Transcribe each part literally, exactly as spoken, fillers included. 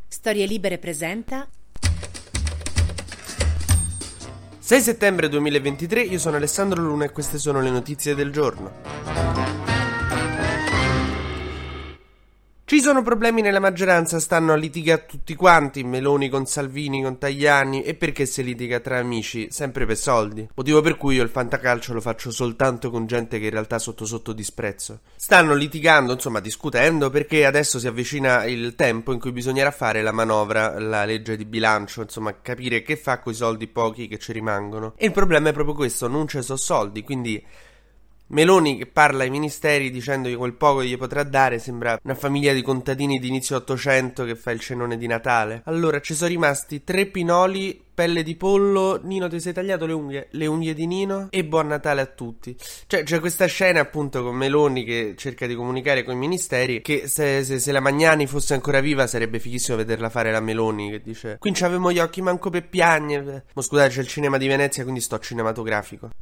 Storie Libere presenta sei settembre duemilaventitré, io sono Alessandro Luna e queste sono le notizie del giorno. Ci sono problemi nella maggioranza, stanno a litigare tutti quanti, Meloni con Salvini, con Tajani, e perché si litiga tra amici? Sempre per soldi. Motivo per cui io il fantacalcio lo faccio soltanto con gente che in realtà sotto sotto disprezzo. Stanno litigando, insomma discutendo, perché adesso si avvicina il tempo in cui bisognerà fare la manovra, la legge di bilancio, insomma capire che fa coi soldi pochi che ci rimangono. E il problema è proprio questo, non ci sono soldi, quindi Meloni che parla ai ministeri dicendo che quel poco gli potrà dare sembra una famiglia di contadini di inizio ottocento che fa il cenone di Natale. Allora ci sono rimasti tre pinoli, pelle di pollo, Nino ti sei tagliato le unghie, le unghie di Nino e buon Natale a tutti. Cioè c'è questa scena appunto con Meloni che cerca di comunicare con i ministeri che se, se, se la Magnani fosse ancora viva sarebbe fighissimo vederla fare la Meloni che dice qui c'avemo gli occhi manco per piagne. Ma scusate, c'è il cinema di Venezia quindi sto cinematografico.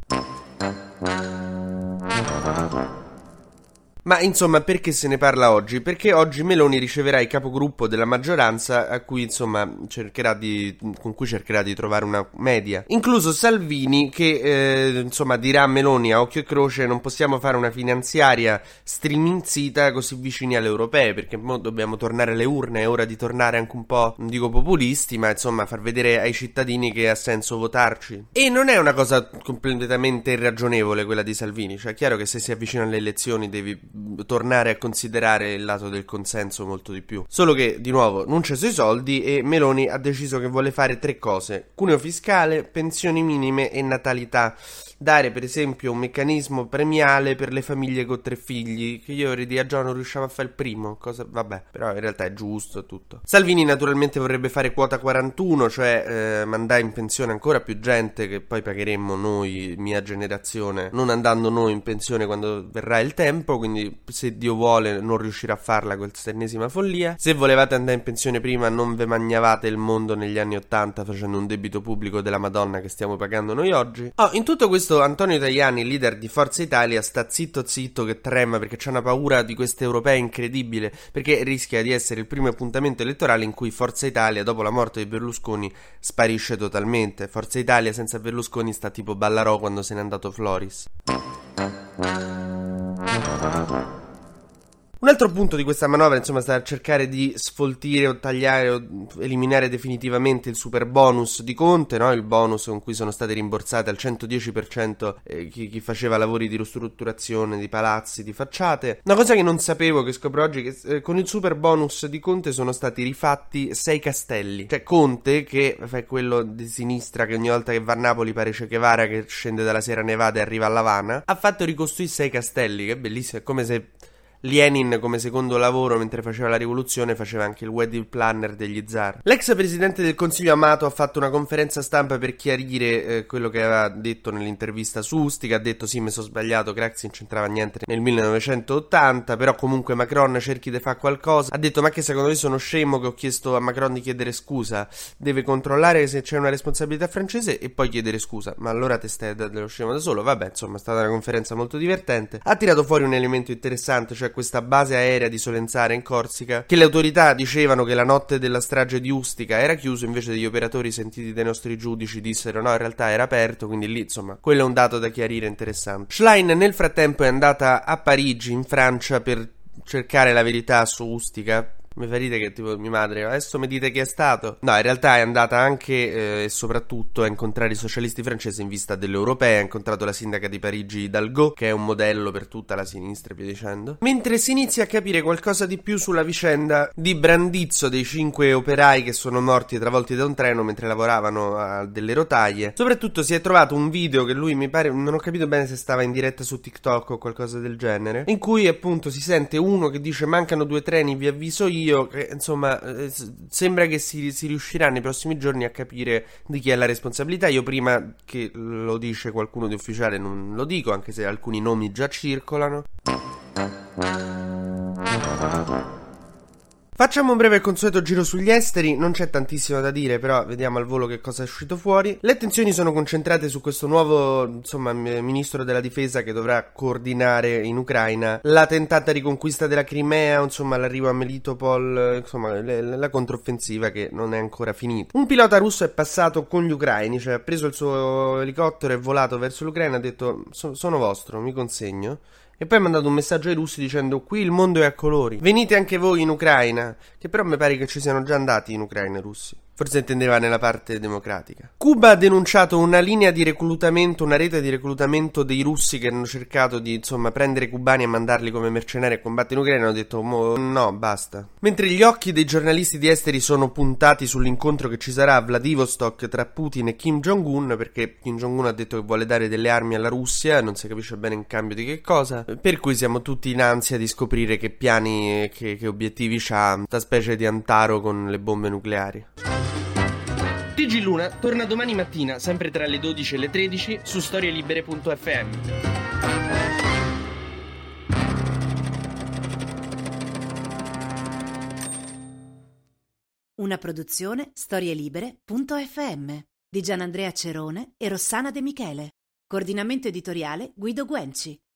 Ma insomma, perché se ne parla oggi? Perché oggi Meloni riceverà il capogruppo della maggioranza a cui insomma cercherà di con cui cercherà di trovare una media, incluso Salvini che eh, insomma dirà a Meloni a occhio e croce non possiamo fare una finanziaria striminzita così vicini alle europee perché mo dobbiamo tornare alle urne, è ora di tornare anche un po', non dico populisti, ma insomma far vedere ai cittadini che ha senso votarci. E non è una cosa completamente irragionevole quella di Salvini, cioè è chiaro che se si avvicinano le elezioni devi tornare a considerare il lato del consenso molto di più. Solo che, di nuovo, non c'è sui soldi e Meloni ha deciso che vuole fare tre cose: cuneo fiscale, pensioni minime e natalità. Dare per esempio un meccanismo premiale per le famiglie con tre figli, che io ero già non riuscivo a fare il primo, cosa vabbè, però in realtà è giusto tutto. Salvini naturalmente vorrebbe fare quota quarantuno, cioè eh, mandare in pensione ancora più gente che poi pagheremmo noi, mia generazione, non andando noi in pensione quando verrà il tempo, quindi se Dio vuole non riuscirà a farla questa ennesima follia. Se volevate andare in pensione prima non ve magnavate il mondo negli anni ottanta facendo un debito pubblico della Madonna che stiamo pagando noi oggi. Oh, in tutto questo Antonio Tajani, leader di Forza Italia, sta zitto zitto che trema perché c'è una paura di queste europee incredibile, perché rischia di essere il primo appuntamento elettorale in cui Forza Italia, dopo la morte di Berlusconi, sparisce totalmente. Forza Italia senza Berlusconi sta tipo Ballarò quando se n'è andato Floris. Un altro punto di questa manovra, insomma, sta a cercare di sfoltire o tagliare o eliminare definitivamente il super bonus di Conte, no? Il bonus con cui sono state rimborsate al centodieci per cento eh, chi, chi faceva lavori di ristrutturazione di palazzi, di facciate. Una cosa che non sapevo, che scopro oggi, che eh, con il super bonus di Conte sono stati rifatti sei castelli. Cioè Conte, che è quello di sinistra che ogni volta che va a Napoli pare Che Guevara che scende dalla Sierra Nevada e arriva a L'Avana, ha fatto ricostruire sei castelli, che è bellissimo, è come se Lenin come secondo lavoro mentre faceva la rivoluzione faceva anche il wedding planner degli zar. L'ex presidente del Consiglio Amato ha fatto una conferenza stampa per chiarire eh, quello che aveva detto nell'intervista su Ustica. Ha detto sì, mi sono sbagliato, Craxi non c'entrava niente nel millenovecentottanta, però comunque Macron cerchi di fare qualcosa. Ha detto ma che secondo me sono scemo che ho chiesto a Macron di chiedere scusa, deve controllare se c'è una responsabilità francese e poi chiedere scusa. Ma allora te stai dello scemo da solo? Vabbè, insomma è stata una conferenza molto divertente. Ha tirato fuori un elemento interessante, cioè questa base aerea di Solenzara in Corsica, che le autorità dicevano che la notte della strage di Ustica era chiuso, invece degli operatori sentiti dai nostri giudici dissero no, in realtà era aperto, quindi lì insomma quello è un dato da chiarire interessante. Schlein nel frattempo è andata a Parigi, in Francia, per cercare la verità su Ustica. Mi fa ridere che tipo mia madre adesso mi dite chi è stato. No, in realtà è andata anche eh, e soprattutto a incontrare i socialisti francesi in vista delle europee. Ha incontrato la sindaca di Parigi Hidalgo, che è un modello per tutta la sinistra e via dicendo. Mentre si inizia a capire qualcosa di più sulla vicenda di Brandizzo, dei cinque operai che sono morti travolti da un treno mentre lavoravano a delle rotaie. Soprattutto si è trovato un video che lui, mi pare, non ho capito bene se stava in diretta su TikTok o qualcosa del genere, in cui appunto si sente uno che dice mancano due treni, vi avviso io. Che, insomma, eh, sembra che si, si riuscirà nei prossimi giorni a capire di chi è la responsabilità. Io prima che lo dice qualcuno di ufficiale non lo dico, anche se alcuni nomi già circolano. Facciamo un breve e consueto giro sugli esteri, non c'è tantissimo da dire, però vediamo al volo che cosa è uscito fuori. Le attenzioni sono concentrate su questo nuovo, insomma, ministro della difesa che dovrà coordinare in Ucraina la tentata riconquista della Crimea, insomma, l'arrivo a Melitopol, insomma, le, la controffensiva che non è ancora finita. Un pilota russo è passato con gli ucraini, cioè ha preso il suo elicottero e volato verso l'Ucraina, ha detto so, sono vostro, mi consegno. E poi ha mandato un messaggio ai russi dicendo qui il mondo è a colori, venite anche voi in Ucraina, che però mi pare che ci siano già andati in Ucraina i russi. Forse intendeva nella parte democratica. Cuba ha denunciato una linea di reclutamento, una rete di reclutamento dei russi che hanno cercato di, insomma, prendere cubani e mandarli come mercenari a combattere in Ucraina. Hanno detto no, basta. Mentre gli occhi dei giornalisti di esteri sono puntati sull'incontro che ci sarà a Vladivostok tra Putin e Kim Jong-un, perché Kim Jong-un ha detto che vuole dare delle armi alla Russia, non si capisce bene in cambio di che cosa, per cui siamo tutti in ansia di scoprire che piani e che, che obiettivi c'ha questa specie di Antaro con le bombe nucleari. T G Luna torna domani mattina, sempre tra le dodici e le tredici, su storielibere punto effe emme. Una produzione storielibere punto effe emme di Gianandrea Cerone e Rossana De Michele. Coordinamento editoriale Guido Guenci.